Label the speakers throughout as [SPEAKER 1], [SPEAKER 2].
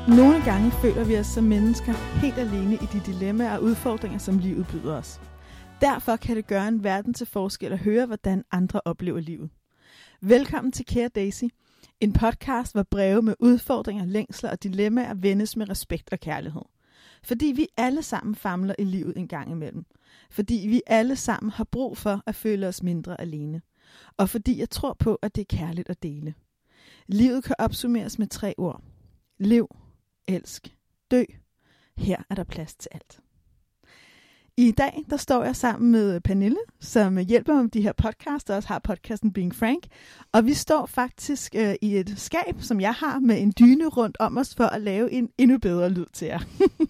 [SPEAKER 1] Nogle gange føler vi os som mennesker helt alene i de dilemmaer og udfordringer, som livet byder os. Derfor kan det gøre en verden til forskel at høre, hvordan andre oplever livet. Velkommen til Kære Daisy, en podcast, hvor breve med udfordringer, længsler og dilemmaer vendes med respekt og kærlighed. Fordi vi alle sammen famler i livet en gang imellem. Fordi vi alle sammen har brug for at føle os mindre alene. Og fordi jeg tror på, at det er kærligt at dele. Livet kan opsummeres med 3 ord. Lev, elsk, dø. Her er der plads til alt. I dag der står jeg sammen med Pernille, som hjælper med de her podcasts, og også har podcasten Being Frank. Og vi står faktisk i et skab, som jeg har, med en dyne rundt om os, for at lave en endnu bedre lyd til jer.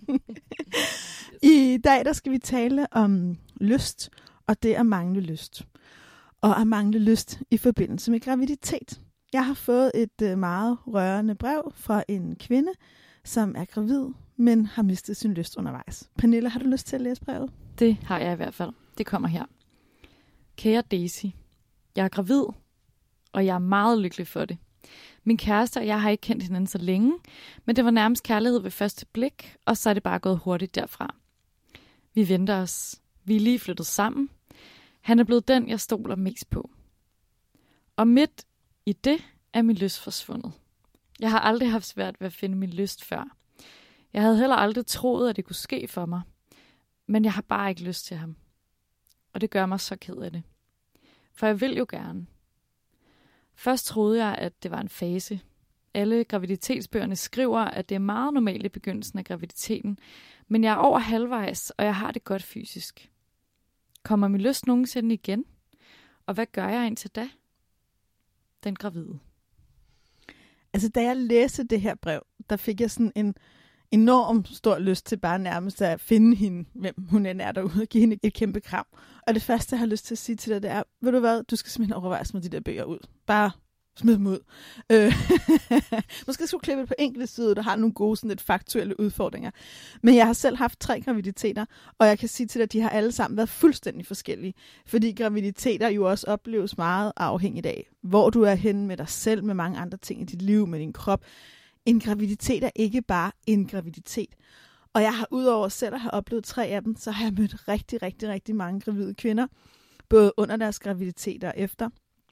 [SPEAKER 1] I dag der skal vi tale om lyst, og det at mangle lyst. Og at mangle lyst i forbindelse med graviditet. Jeg har fået et meget rørende brev fra en kvinde, som er gravid, men har mistet sin lyst undervejs. Pernille, har du lyst til at læse brevet?
[SPEAKER 2] Det har jeg i hvert fald. Det kommer her. Kære Daisy, jeg er gravid, og jeg er meget lykkelig for det. Min kæreste og jeg har ikke kendt hinanden så længe, men det var nærmest kærlighed ved første blik, og så er det bare gået hurtigt derfra. Vi venter os. Vi er lige flyttet sammen. Han er blevet den, jeg stoler mest på. Og midt i det er min lyst forsvundet. Jeg har aldrig haft svært ved at finde min lyst før. Jeg havde heller aldrig troet, at det kunne ske for mig. Men jeg har bare ikke lyst til ham. Og det gør mig så ked af det. For jeg vil jo gerne. Først troede jeg, at det var en fase. Alle graviditetsbøgerne skriver, at det er meget normalt i begyndelsen af graviditeten. Men jeg er over halvvejs, og jeg har det godt fysisk. Kommer min lyst nogensinde igen? Og hvad gør jeg indtil da? Den gravide.
[SPEAKER 1] Altså, da jeg læste det her brev, der fik jeg sådan en enorm stor lyst til bare nærmest at finde hende, hvem hun end er derude, og give hende et kæmpe kram. Og det første, jeg har lyst til at sige til dig, det er, ved du hvad, du skal simpelthen overveje at smide de der bøger ud. Bare smid dem ud. Måske skulle klippe på enkelte sider, der har nogle gode, sådan lidt faktuelle udfordringer. Men jeg har selv haft 3 graviditeter, og jeg kan sige til dig, at de har alle sammen været fuldstændig forskellige. Fordi graviditeter jo også opleves meget afhængigt af, hvor du er henne med dig selv, med mange andre ting i dit liv, med din krop. En graviditet er ikke bare en graviditet. Og jeg har udover selv at have oplevet 3 af dem, så har jeg mødt rigtig mange gravide kvinder, både under deres graviditeter og efter.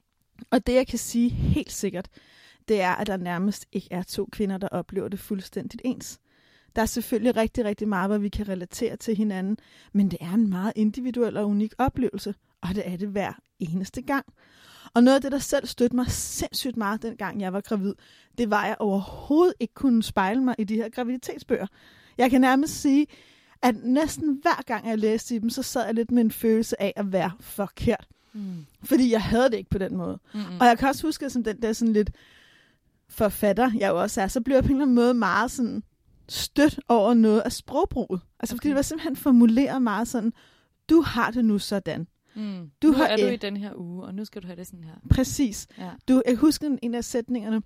[SPEAKER 1] Og det jeg kan sige helt sikkert, det er, at der nærmest ikke er 2 kvinder, der oplever det fuldstændigt ens. Der er selvfølgelig rigtig meget, hvor vi kan relatere til hinanden, men det er en meget individuel og unik oplevelse, og det er det hver eneste gang. Og noget af det, der selv stødte mig sindssygt meget, dengang jeg var gravid, det var, at jeg overhovedet ikke kunne spejle mig i de her graviditetsbøger. Jeg kan nærmest sige, at næsten hver gang jeg læste i dem, så sad jeg lidt med en følelse af at være forkert. Fordi jeg havde det ikke på den måde. Og jeg kan også huske, at som den der sådan lidt forfatter, jeg jo også er, så blev jeg på en eller anden måde meget sådan stødt over noget af sprogbruget. Altså fordi det var simpelthen formuleret meget sådan, du har det nu sådan.
[SPEAKER 2] Nu er du i den her uge, og nu skal du have det sådan her.
[SPEAKER 1] Præcis.
[SPEAKER 2] Ja.
[SPEAKER 1] Jeg husker en af sætningerne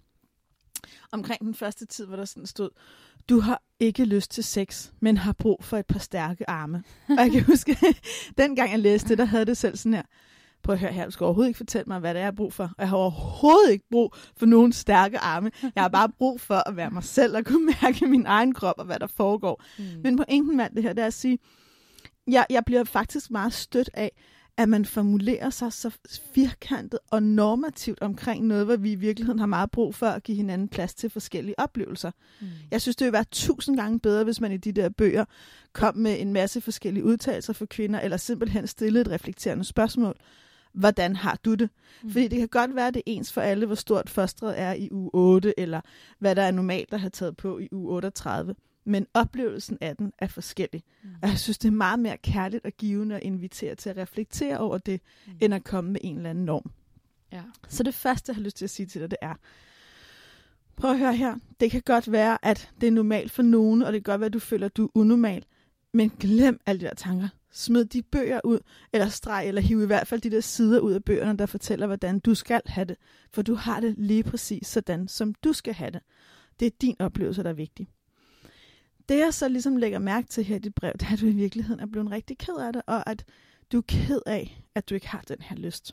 [SPEAKER 1] omkring den første tid, hvor der sådan stod, du har ikke lyst til sex, men har brug for et par stærke arme. Og jeg kan huske, dengang jeg læste det, der havde det selv sådan her. Prøv at høre her, du skal overhovedet ikke fortælle mig, hvad det er, jeg har brug for. Og jeg har overhovedet ikke brug for nogen stærke arme. Jeg har bare brug for at være mig selv og kunne mærke min egen krop og hvad der foregår. Men pointen med det her, det er at sige, jeg bliver faktisk meget stødt af, at man formulerer sig så firkantet og normativt omkring noget, hvor vi i virkeligheden har meget brug for at give hinanden plads til forskellige oplevelser. Jeg synes, det ville være 1000 gange bedre, hvis man i de der bøger kom med en masse forskellige udtalelser for kvinder, eller simpelthen stillede et reflekterende spørgsmål. Hvordan har du det? Fordi det kan godt være, det er ens for alle, hvor stort fosteret er i uge 8, eller hvad der er normalt at have taget på i uge 38. Men oplevelsen af den er forskellig. Og jeg synes, det er meget mere kærligt og givende at invitere til at reflektere over det, end at komme med en eller anden norm.
[SPEAKER 2] Ja.
[SPEAKER 1] Så det første, jeg har lyst til at sige til dig, det er, prøv at høre her. Det kan godt være, at det er normalt for nogen, og det kan godt være, at du føler, at du er unormal. Men glem alle de der tanker. Smid de bøger ud, eller streg, eller hiv i hvert fald de der sider ud af bøgerne, der fortæller, hvordan du skal have det. For du har det lige præcis sådan, som du skal have det. Det er din oplevelse, der er vigtig. Det jeg så ligesom lægger mærke til her i dit brev, det er, at du i virkeligheden er blevet rigtig ked af det, og at du er ked af, at du ikke har den her lyst.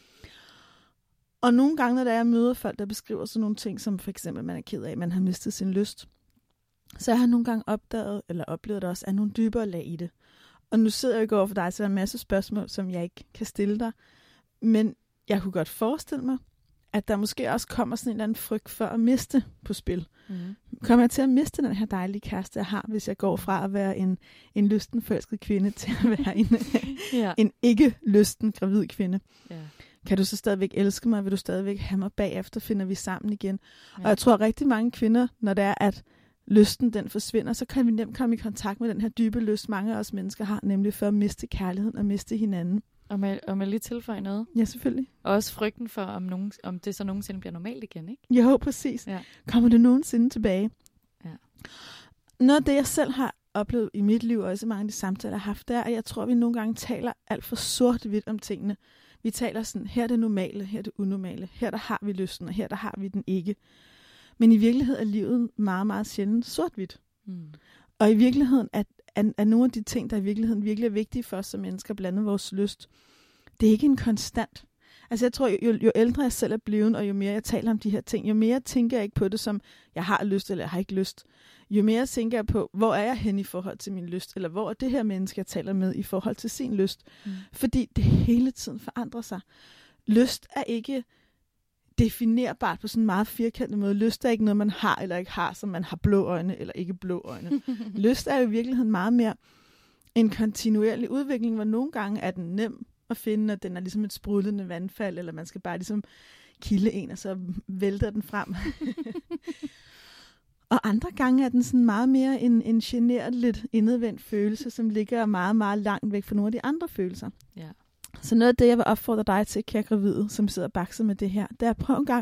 [SPEAKER 1] Og nogle gange, når jeg møder folk, der beskriver sådan nogle ting, som for eksempel, man er ked af, at man har mistet sin lyst, så jeg har nogle gange opdaget, eller oplevet, at der også er nogle dybere lag i det. Og nu sidder jeg ikke over for dig, så der er en masse spørgsmål, som jeg ikke kan stille dig. Men jeg kunne godt forestille mig, at der måske også kommer sådan en eller anden frygt for at miste på spil. Kommer jeg til at miste den her dejlige kæreste, jeg har, hvis jeg går fra at være en lysten forelsket kvinde til at være en ikke lysten gravid kvinde? Ja. Kan du så stadigvæk elske mig? Vil du stadigvæk have mig bagefter? Finder vi sammen igen? Ja. Og jeg tror rigtig mange kvinder, når det er, at lysten den forsvinder, så kan vi nemt komme i kontakt med den her dybe lyst, mange af os mennesker har, nemlig for at miste kærligheden og miste hinanden.
[SPEAKER 2] Og med lige tilføje noget.
[SPEAKER 1] Ja, selvfølgelig.
[SPEAKER 2] Og også frygten for, om det så nogensinde bliver normalt igen, ikke?
[SPEAKER 1] Jo, præcis. Ja. Kommer det nogensinde tilbage? Ja. Noget af det, jeg selv har oplevet i mit liv, og også mange af de samtaler, jeg har haft, det er, at jeg tror, at vi nogle gange taler alt for sort-hvidt om tingene. Vi taler sådan, her er det normale, her er det unormale, her der har vi lysten, og her der har vi den ikke. Men i virkeligheden er livet meget, meget sjældent sort-hvidt. Og i virkeligheden er nogle af de ting, der i virkeligheden virkelig er vigtige for os som mennesker, blandt andet vores lyst, det er ikke en konstant. Altså jeg tror, jo ældre jeg selv er blevet, og jo mere jeg taler om de her ting, jo mere tænker jeg ikke på det som, jeg har lyst eller jeg har ikke lyst. Jo mere tænker jeg på, hvor er jeg hen i forhold til min lyst, eller hvor er det her menneske, jeg taler med i forhold til sin lyst. Fordi det hele tiden forandrer sig. Lyst er ikke definerbart på sådan en meget firkantet måde. Lyst er ikke noget, man har eller ikke har, som man har blå øjne eller ikke blå øjne. Lyst er jo i virkeligheden meget mere en kontinuerlig udvikling, hvor nogle gange er den nem at finde, og den er ligesom et sprudlende vandfald, eller man skal bare ligesom kilde en, og så vælter den frem. Og andre gange er den sådan meget mere en generet, lidt indadvendt følelse, som ligger meget, meget langt væk fra nogle af de andre følelser. Ja. Så noget af det, jeg vil opfordre dig til, kære gravide, som sidder og bakser med det her, det er at prøv en gang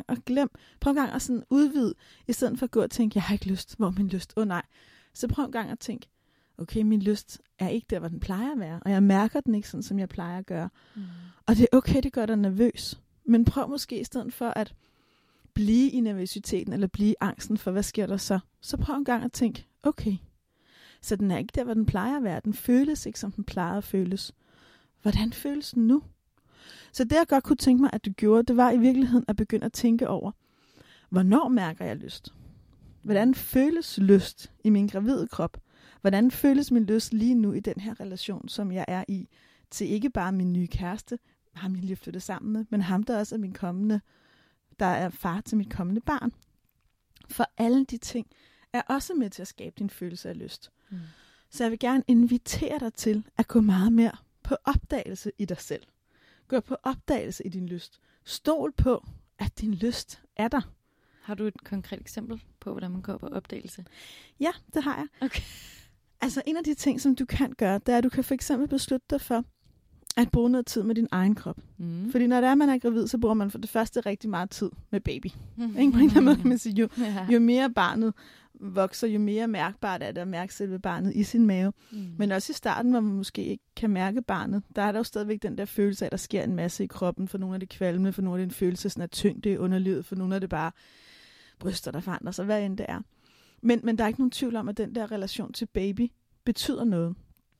[SPEAKER 1] at sådan udvide, i stedet for at gå og tænke, jeg har ikke lyst, hvor er min lyst? Nej. Så prøv en gang at tænke, okay, min lyst er ikke der, hvor den plejer at være, og jeg mærker den ikke sådan, som jeg plejer at gøre. Og det er okay, det gør dig nervøs, men prøv måske i stedet for at blive i nervøsiteten, eller blive i angsten for, hvad sker der så? Så prøv en gang at tænke, okay, så den er ikke der, hvor den plejer at være, den føles ikke, som den plejer at føles. Hvordan føles den nu? Så det, jeg godt kunne tænke mig, at du gjorde, det var i virkeligheden at begynde at tænke over, hvornår mærker jeg lyst? Hvordan føles lyst i min gravide krop? Hvordan føles min lyst lige nu i den her relation, som jeg er i, til ikke bare min nye kæreste, ham jeg lige flyttet sammen med, men ham, der også er min kommende, der er far til mit kommende barn. For alle de ting er også med til at skabe din følelse af lyst. Så jeg vil gerne invitere dig til at gå meget mere på opdagelse i dig selv. Gå på opdagelse i din lyst. Stol på, at din lyst er der.
[SPEAKER 2] Har du et konkret eksempel på, hvordan man går på opdagelse?
[SPEAKER 1] Ja, det har jeg.
[SPEAKER 2] Okay.
[SPEAKER 1] Altså en af de ting, som du kan gøre, det er, at du kan for eksempel beslutte dig for at bruge noget tid med din egen krop. Fordi når det er, man er gravid, så bruger man for det første rigtig meget tid med baby. Ikke på en eller anden måde, man siger, jo mere barnet vokser, jo mere mærkbart er det at mærke selve barnet i sin mave. Men også i starten, hvor man måske ikke kan mærke barnet, der er der jo stadigvæk den der følelse af, at der sker en masse i kroppen. For nogle af det kvalme, for nogle af det en følelse sådan af tyngde i underlivet, for nogle af det bare bryster, der forandrer sig, hvad end det er. Men der er ikke nogen tvivl om, at den der relation til baby betyder noget.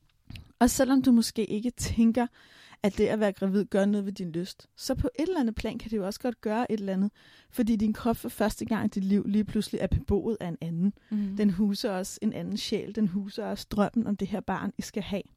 [SPEAKER 1] Og selvom du måske ikke tænker, at det at være gravid gør noget ved din lyst, så på et eller andet plan kan det jo også godt gøre et eller andet, fordi din krop for første gang i dit liv lige pludselig er beboet af en anden. Den huser også en anden sjæl, den huser også drømmen om det her barn, I skal have.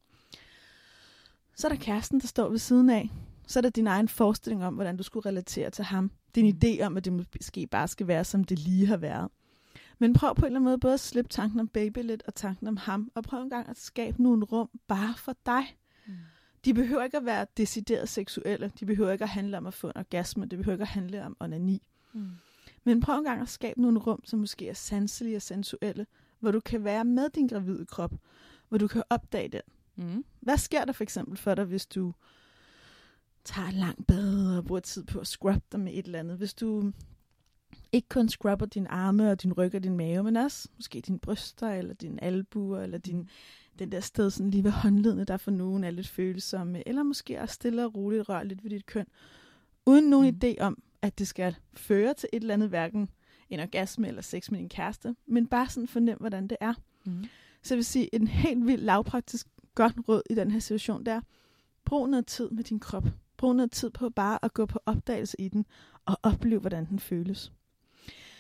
[SPEAKER 1] Så er der kæresten, der står ved siden af. Så er der din egen forestilling om, hvordan du skulle relatere til ham. Din idé om, at det måske bare skal være, som det lige har været. Men prøv på en eller anden måde både at slippe tanken om baby lidt og tanken om ham, og prøv en gang at skabe nogle rum bare for dig. De behøver ikke at være decideret seksuelle, de behøver ikke at handle om at få en orgasme, det behøver ikke at handle om onani. Men prøv en gang at skabe nogle rum, som måske er sanselige og sensuelle, hvor du kan være med din gravide krop, hvor du kan opdage den. Hvad sker der for eksempel for dig, hvis du tager en lang bad og bruger tid på at scrubbe dig med et eller andet? Hvis du ikke kun scrubber dine arme og din ryg og din mave, men også måske dine bryster, eller dine albuer, eller den der sted sådan lige ved håndledene, der for nogen er lidt følsomme, eller måske også stille og roligt røre lidt ved dit køn, uden nogen idé om, at det skal føre til et eller andet, hverken en orgasme eller sex med din kæreste, men bare sådan fornem, hvordan det er. Så jeg vil sige, en helt vildt lavpraktisk godt råd i den her situation, der brug noget tid med din krop. Brug noget tid på bare at gå på opdagelse i den, og opleve, hvordan den føles.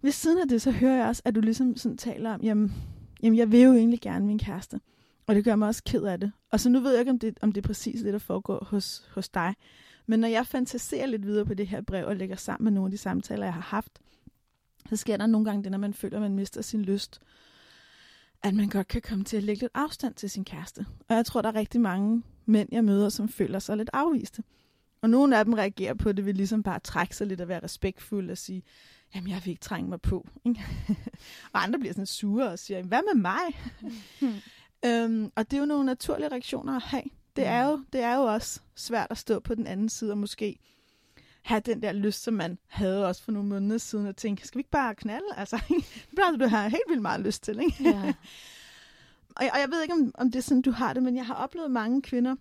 [SPEAKER 1] ved siden af det, så hører jeg også, at du ligesom sådan taler om, jamen jeg vil jo egentlig gerne min kæreste. Og det gør mig også ked af det. Og så nu ved jeg ikke, om det er præcis det, der foregår hos dig. Men når jeg fantaserer lidt videre på det her brev, og lægger sammen med nogle af de samtaler, jeg har haft, så sker der nogle gange det, når man føler, at man mister sin lyst, at man godt kan komme til at lægge lidt afstand til sin kæreste. Og jeg tror, der er rigtig mange mænd, jeg møder, som føler sig lidt afviste. Og nogle af dem reagerer på det ved ligesom bare at trække sig lidt og være respektfuld og sige, jamen jeg vil ikke trænge mig på. Ikke? Og andre bliver sådan sure og siger, hvad med mig? Og det er jo nogle naturlige reaktioner at have. Det er jo også svært at stå på den anden side og måske have den der lyst, som man havde også for nogle måneder siden, og tænke, skal vi ikke bare knalde? Altså, det plejer du har helt vildt meget lyst til, ikke? Ja. og jeg ved ikke, om det er sådan, du har det, men jeg har oplevet mange kvinder,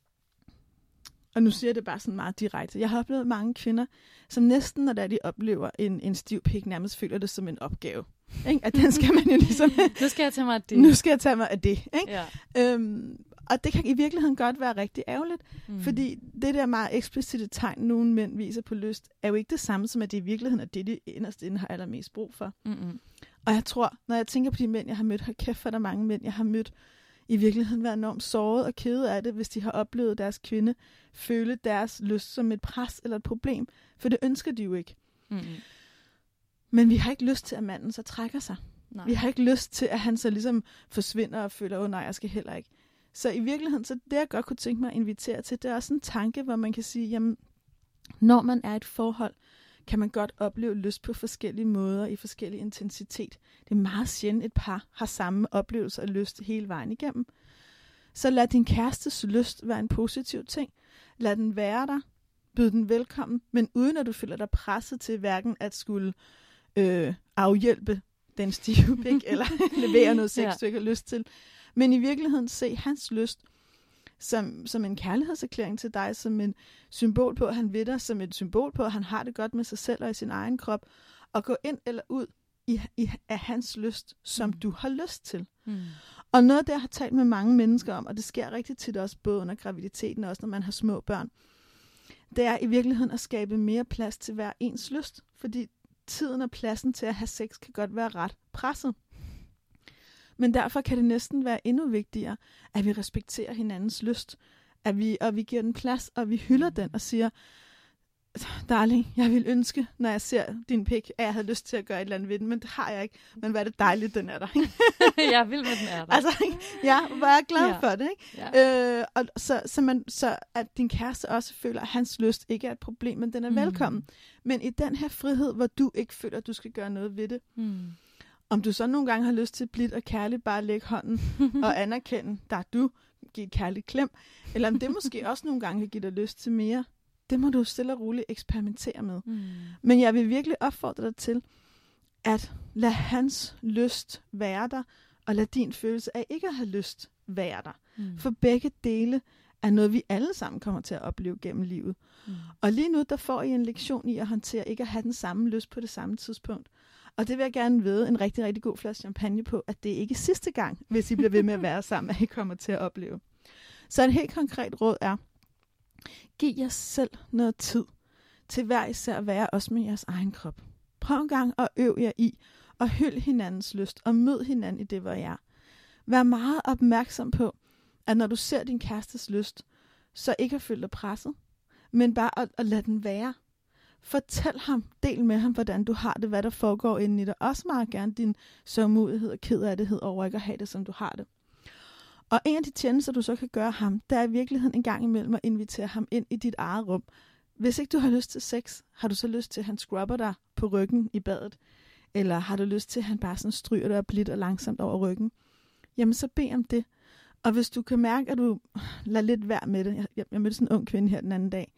[SPEAKER 1] og nu siger jeg det bare sådan meget direkte, jeg har oplevet mange kvinder, som næsten, når de oplever en stiv pik, nærmest føler det som en opgave. Ikke? At den skal man jo ligesom...
[SPEAKER 2] Nu skal jeg tage mig af det.
[SPEAKER 1] Nu skal jeg tage mig af det. Ikke?
[SPEAKER 2] Ja.
[SPEAKER 1] Og det kan i virkeligheden godt være rigtig ærgerligt, fordi det der meget eksplicite tegn, nogle mænd viser på lyst, er jo ikke det samme som, at det i virkeligheden er det, de inderst inde har allermest brug for. Og jeg tror, når jeg tænker på de mænd, jeg har mødt, hold kæft, for der er mange mænd, jeg har mødt, i virkeligheden været enormt såret og kede af det, hvis de har oplevet deres kvinde føle deres lyst som et pres eller et problem. For det ønsker de jo ikke. Men vi har ikke lyst til, at manden så trækker sig. Nej. Vi har ikke lyst til, at han så ligesom forsvinder og føler, nej, jeg skal heller ikke. Så i virkeligheden, så det jeg godt kunne tænke mig at invitere til, det er også en tanke, hvor man kan sige, jamen, når man er i et forhold, kan man godt opleve lyst på forskellige måder, i forskellig intensitet. Det er meget sjældent, et par har samme oplevelse af lyst hele vejen igennem. Så lad din kærestes lyst være en positiv ting. Lad den være der. Byd den velkommen, men uden at du føler dig presset til hverken at skulle afhjælpe den stive pik, eller levere noget sex, du ikke har lyst til. Men i virkeligheden se hans lyst som en kærlighedserklæring til dig, som en symbol på, at han vil dig, som et symbol på, at han har det godt med sig selv og i sin egen krop, og gå ind eller ud af hans lyst, som du har lyst til. Og noget af det, jeg har talt med mange mennesker om, og det sker rigtig tit også, både under graviditeten og også, når man har små børn, det er i virkeligheden at skabe mere plads til hver ens lyst, fordi tiden og pladsen til at have sex kan godt være ret presset. Men derfor kan det næsten være endnu vigtigere, at vi respekterer hinandens lyst, at vi giver den plads, og vi hylder den og siger, darling, jeg vil ønske, når jeg ser din pik, at jeg havde lyst til at gøre et eller andet ved den, men det har jeg ikke. Men hvad er det dejligt, den er der.
[SPEAKER 2] Jeg vil med den er der.
[SPEAKER 1] Altså, ja, hvor er jeg glad for det, ikke? Ja. Og så at din kæreste også føler, at hans lyst ikke er et problem, men den er velkommen. Men i den her frihed, hvor du ikke føler, at du skal gøre noget ved det. Om du så nogle gange har lyst til blidt og kærligt bare at lægge hånden og anerkende, der du, give et kærligt klem, eller om det måske også nogle gange kan give dig lyst til mere, det må du stille og roligt eksperimentere med. Men jeg vil virkelig opfordre dig til, at lad hans lyst være der, og lad din følelse af ikke at have lyst være der. For begge dele er noget, vi alle sammen kommer til at opleve gennem livet. Og lige nu, der får I en lektion i at håndtere ikke at have den samme lyst på det samme tidspunkt. Og det vil jeg gerne vide en rigtig, rigtig god flaske champagne på, at det ikke er sidste gang, hvis I bliver ved med at være sammen, at I kommer til at opleve. Så et helt konkret råd er, giv jer selv noget tid til hver især at være også med jeres egen krop. Prøv en gang at øve jer i og hyld hinandens lyst og mød hinanden i det, hvor I er. Vær meget opmærksom på, at når du ser din kærestes lyst, så ikke at føle dig presset, men bare at lade den være. Fortæl ham, del med ham, hvordan du har det, hvad der foregår inden i dig. Også meget gerne din sørgmodighed og kederlighed over ikke at have det, som du har det. Og en af de tjenester, du så kan gøre ham, der er i virkeligheden en gang imellem at invitere ham ind i dit eget rum. Hvis ikke du har lyst til sex, har du så lyst til, at han scrubber dig på ryggen i badet? Eller har du lyst til, at han bare sådan stryger dig blidt og langsomt over ryggen? Jamen så bed om det. Og hvis du kan mærke, at du lader lidt være med det. Jeg mødte sådan en ung kvinde her den anden dag,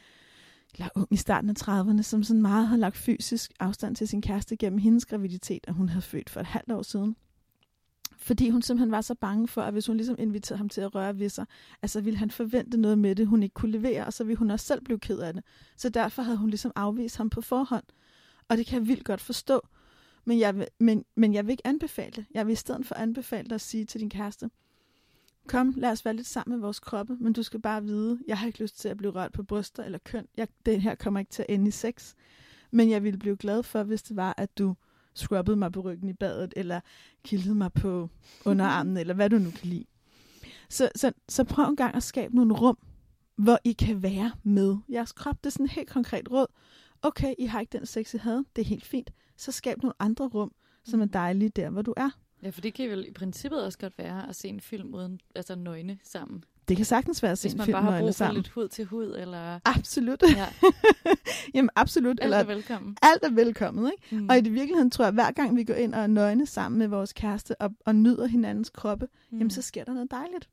[SPEAKER 1] eller ung i starten af 30'erne, som sådan meget havde lagt fysisk afstand til sin kæreste gennem hendes graviditet, og hun havde født for et halvt år siden. Fordi hun simpelthen var så bange for, at hvis hun ligesom inviterede ham til at røre ved sig, altså ville han forvente noget med det, hun ikke kunne levere, og så ville hun også selv blive ked af det. Så derfor havde hun ligesom afvist ham på forhånd. Og det kan jeg vildt godt forstå. Men jeg vil ikke anbefale det. Jeg vil i stedet for anbefale dig at sige til din kæreste, kom, lad os være lidt sammen med vores kroppe, men du skal bare vide, jeg har ikke lyst til at blive rørt på bryster eller køn. Det her kommer ikke til at ende i sex. Men jeg ville blive glad for, hvis det var, at du scrubbet mig på ryggen i badet, eller kildet mig på underarmen, eller hvad du nu kan lide. Så prøv en gang at skabe nogle rum, hvor I kan være med jeres krop. Det er sådan et helt konkret råd. Okay, I har ikke den sex, I havde. Det er helt fint. Så skab nogle andre rum, som er dejlige der, hvor du er.
[SPEAKER 2] Ja, for det kan vel i princippet også godt være at se en film uden nøgne sammen.
[SPEAKER 1] Det kan sagtens være at se en film nøgne sammen.
[SPEAKER 2] Hvis man bare har brug for lidt hud til hud, eller...
[SPEAKER 1] Absolut. Ja. Jamen absolut.
[SPEAKER 2] Alt er velkommen.
[SPEAKER 1] Alt er velkommen, ikke? Og i det virkeligheden tror jeg, at hver gang vi går ind og er nøgne sammen med vores kæreste og nyder hinandens kroppe, jamen så sker der noget dejligt.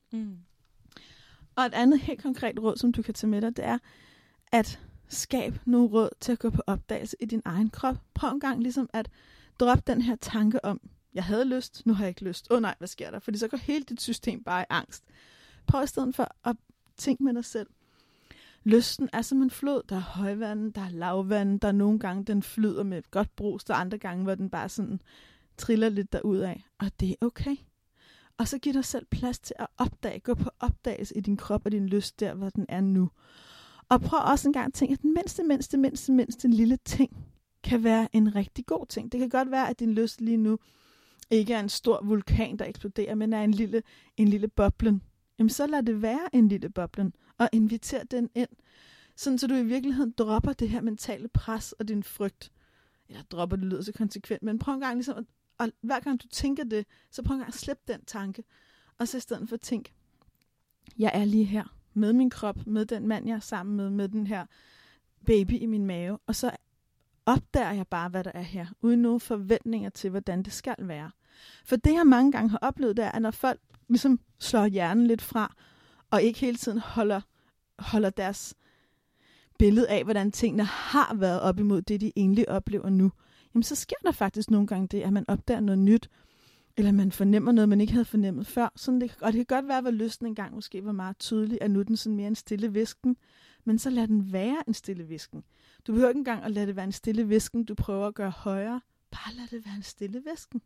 [SPEAKER 1] Og et andet helt konkret råd, som du kan tage med dig, det er at skabe nogle råd til at gå på opdagelse i din egen krop. Prøv en gang ligesom at droppe den her tanke om, jeg havde lyst, nu har jeg ikke lyst. Nej, hvad sker der? Fordi så går hele dit system bare i angst. Prøv i stedet for at tænke med dig selv. Lysten er som en flod. Der er højvand, der er lavvand, der er nogle gange, den flyder med godt brus, der er andre gange, hvor den bare sådan triller lidt derudad. Og det er okay. Og så giv dig selv plads til at opdage, gå på opdagelse i din krop og din lyst der, hvor den er nu. Og prøv også en gang at tænke, at den mindste lille ting kan være en rigtig god ting. Det kan godt være, at din lyst lige nu ikke er en stor vulkan, der eksploderer, men er en lille boblen. Jamen så lad det være en lille boblen, og inviter den ind, sådan så du i virkeligheden dropper det her mentale pres og din frygt. Eller dropper, det lyder så konsekvent, men prøv en gang ligesom, og hver gang du tænker det, så prøv en gang at slippe den tanke, og så i stedet for at tænke, jeg er lige her, med min krop, med den mand, jeg er sammen med den her baby i min mave, og så opdager jeg bare, hvad der er her, uden nogen forventninger til, hvordan det skal være. For det, jeg mange gange har oplevet, det er, at når folk ligesom slår hjernen lidt fra, og ikke hele tiden holder deres billede af, hvordan tingene har været op imod det, de egentlig oplever nu, jamen så sker der faktisk nogle gange det, at man opdager noget nyt, eller man fornemmer noget, man ikke havde fornemmet før. Sådan og det kan godt være, at lysten engang måske var meget tydelig, at nu er den sådan mere en stille hvisken, men så lad den være en stille hvisken. Du behøver ikke engang at lade det være en stille hvisken, du prøver at gøre højere. Bare lad det være en stille hvisken.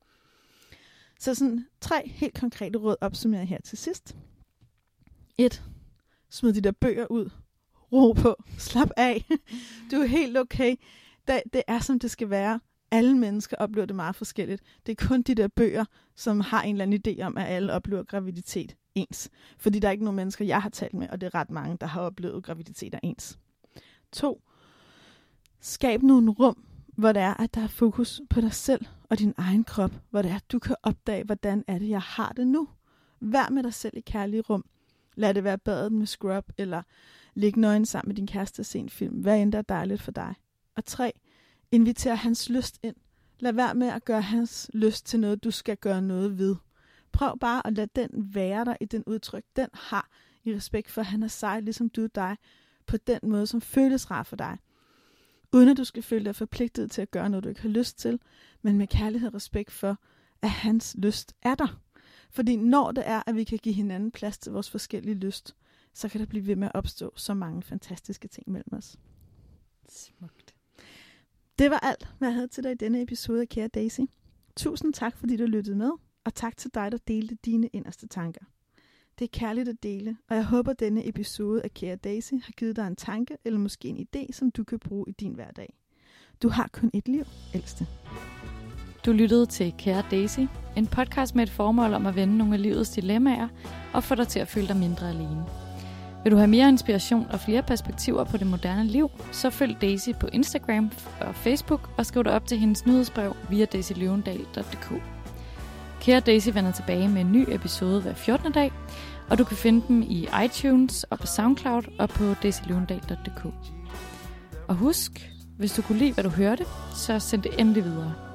[SPEAKER 1] Så sådan 3 helt konkrete råd opsummeret her til sidst. 1. Smid de der bøger ud. Ro på. Slap af. Du er helt okay. Det er, som det skal være. Alle mennesker oplever det meget forskelligt. Det er kun de der bøger, som har en eller anden idé om, at alle oplever graviditet ens. Fordi der er ikke nogen mennesker, jeg har talt med, og det er ret mange, der har oplevet graviditeter ens. 2. Skab nogle rum, hvor det er, at der er fokus på dig selv og din egen krop. Hvor det er, at du kan opdage, hvordan er det, jeg har det nu. Vær med dig selv i kærlige rum. Lad det være badet med scrub, eller ligge nøgen sammen med din kæreste og se en film. Hvad end der er dejligt for dig. Og 3. Inviter hans lyst ind. Lad være med at gøre hans lyst til noget, du skal gøre noget ved. Prøv bare at lade den være der i den udtryk, den har, i respekt for, at han er sej, ligesom du er dig, på den måde, som føles rar for dig. Uden at du skal føle dig forpligtet til at gøre noget, du ikke har lyst til, men med kærlighed og respekt for, at hans lyst er der. Fordi når det er, at vi kan give hinanden plads til vores forskellige lyst, så kan der blive ved med at opstå så mange fantastiske ting mellem os.
[SPEAKER 2] Smukt.
[SPEAKER 1] Det var alt, hvad jeg havde til dig i denne episode af Kære Daisy. Tusind tak, fordi du lyttede med, og tak til dig, der delte dine inderste tanker. Det er kærligt at dele, og jeg håber, at denne episode af Kære Daisy har givet dig en tanke, eller måske en idé, som du kan bruge i din hverdag. Du har kun et liv, ældste.
[SPEAKER 2] Du lyttede til Kære Daisy, en podcast med et formål om at vende nogle af livets dilemmaer, og få dig til at føle dig mindre alene. Vil du have mere inspiration og flere perspektiver på det moderne liv, så følg Daisy på Instagram og Facebook, og skriv dig op til hendes nyhedsbrev via daisyløvendal.dk. Kære Daisy vender tilbage med en ny episode hver 14. dag, og du kan finde dem i iTunes og på SoundCloud og på daisyløvendal.dk. Og husk, hvis du kunne lide, hvad du hørte, så send det endelig videre.